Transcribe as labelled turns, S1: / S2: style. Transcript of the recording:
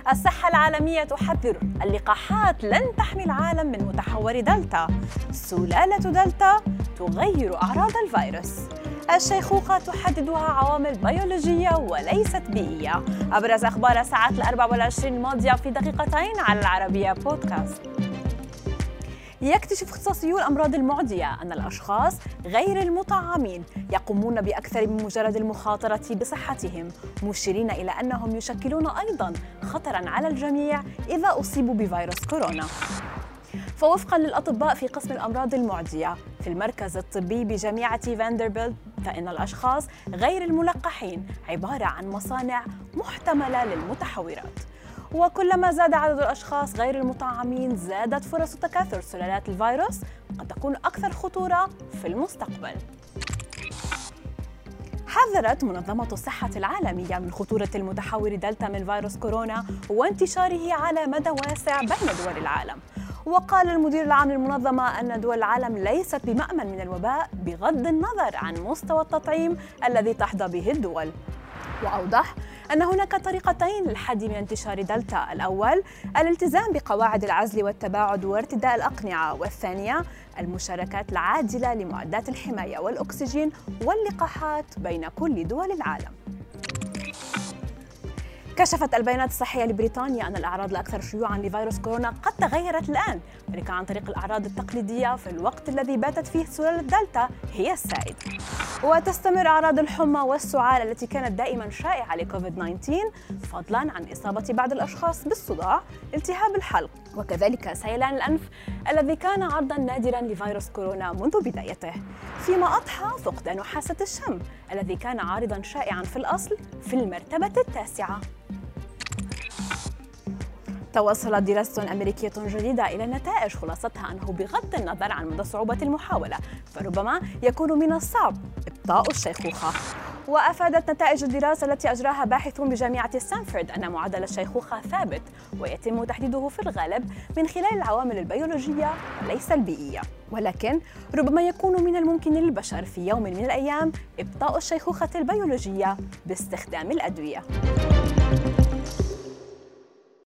S1: الصحة العالمية تحذر اللقاحات لن تحمي العالم من متحور دلتا. سلالة دلتا تغير أعراض الفيروس. الشيخوخة تحددها عوامل بيولوجية وليست بيئية. أبرز أخبار الساعات 24 الماضية في دقيقتين على العربية بودكاست. يكتشف اختصاصيو الأمراض المعدية أن الأشخاص غير المطعمين يقومون بأكثر من مجرد المخاطرة بصحتهم، مشيرين إلى أنهم يشكلون أيضاً خطراً على الجميع إذا أصيبوا بفيروس كورونا. فوفقاً للأطباء في قسم الأمراض المعدية في المركز الطبي بجامعة فاندربيلت، فإن الأشخاص غير الملقحين عبارة عن مصانع محتملة للمتحورات، وكلما زاد عدد الأشخاص غير المطعمين زادت فرص تكاثر سلالات الفيروس قد تكون أكثر خطورة في المستقبل. حذرت منظمة الصحة العالمية من خطورة المتحور دلتا من فيروس كورونا وانتشاره على مدى واسع بين دول العالم. وقال المدير العام للمنظمة أن دول العالم ليست بمأمن من الوباء بغض النظر عن مستوى التطعيم الذي تحظى به الدول. وأوضح أن هناك طريقتين للحد من انتشار دلتا: الأول الالتزام بقواعد العزل والتباعد وارتداء الأقنعة، والثانية المشاركات العاجلة لمعدات الحماية والأكسجين واللقاحات بين كل دول العالم. كشفت البيانات الصحية لبريطانيا أن الأعراض الأكثر شيوعاً لفيروس كورونا قد تغيرت الآن، ذلك عن طريق الأعراض التقليدية في الوقت الذي باتت فيه سلالة دلتا هي السائد. وتستمر أعراض الحمى والسعال التي كانت دائماً شائعة لكوفيد-19، فضلاً عن إصابة بعض الأشخاص بالصداع، التهاب الحلق، وكذلك سيلان الأنف الذي كان عرضاً نادراً لفيروس كورونا منذ بدايته، فيما أضحى فقدان حاسة الشم الذي كان عارضاً شائعاً في الأصل في المرتبة التاسعة. توصلت دراسة أمريكية جديدة إلى نتائج خلاصتها أنه بغض النظر عن مدى صعوبة المحاولة فربما يكون من الصعب إبطاء الشيخوخة. وأفادت نتائج الدراسة التي أجراها باحثون بجامعة ستانفورد أن معدل الشيخوخة ثابت ويتم تحديده في الغالب من خلال العوامل البيولوجية وليس البيئية، ولكن ربما يكون من الممكن للبشر في يوم من الأيام إبطاء الشيخوخة البيولوجية باستخدام الأدوية.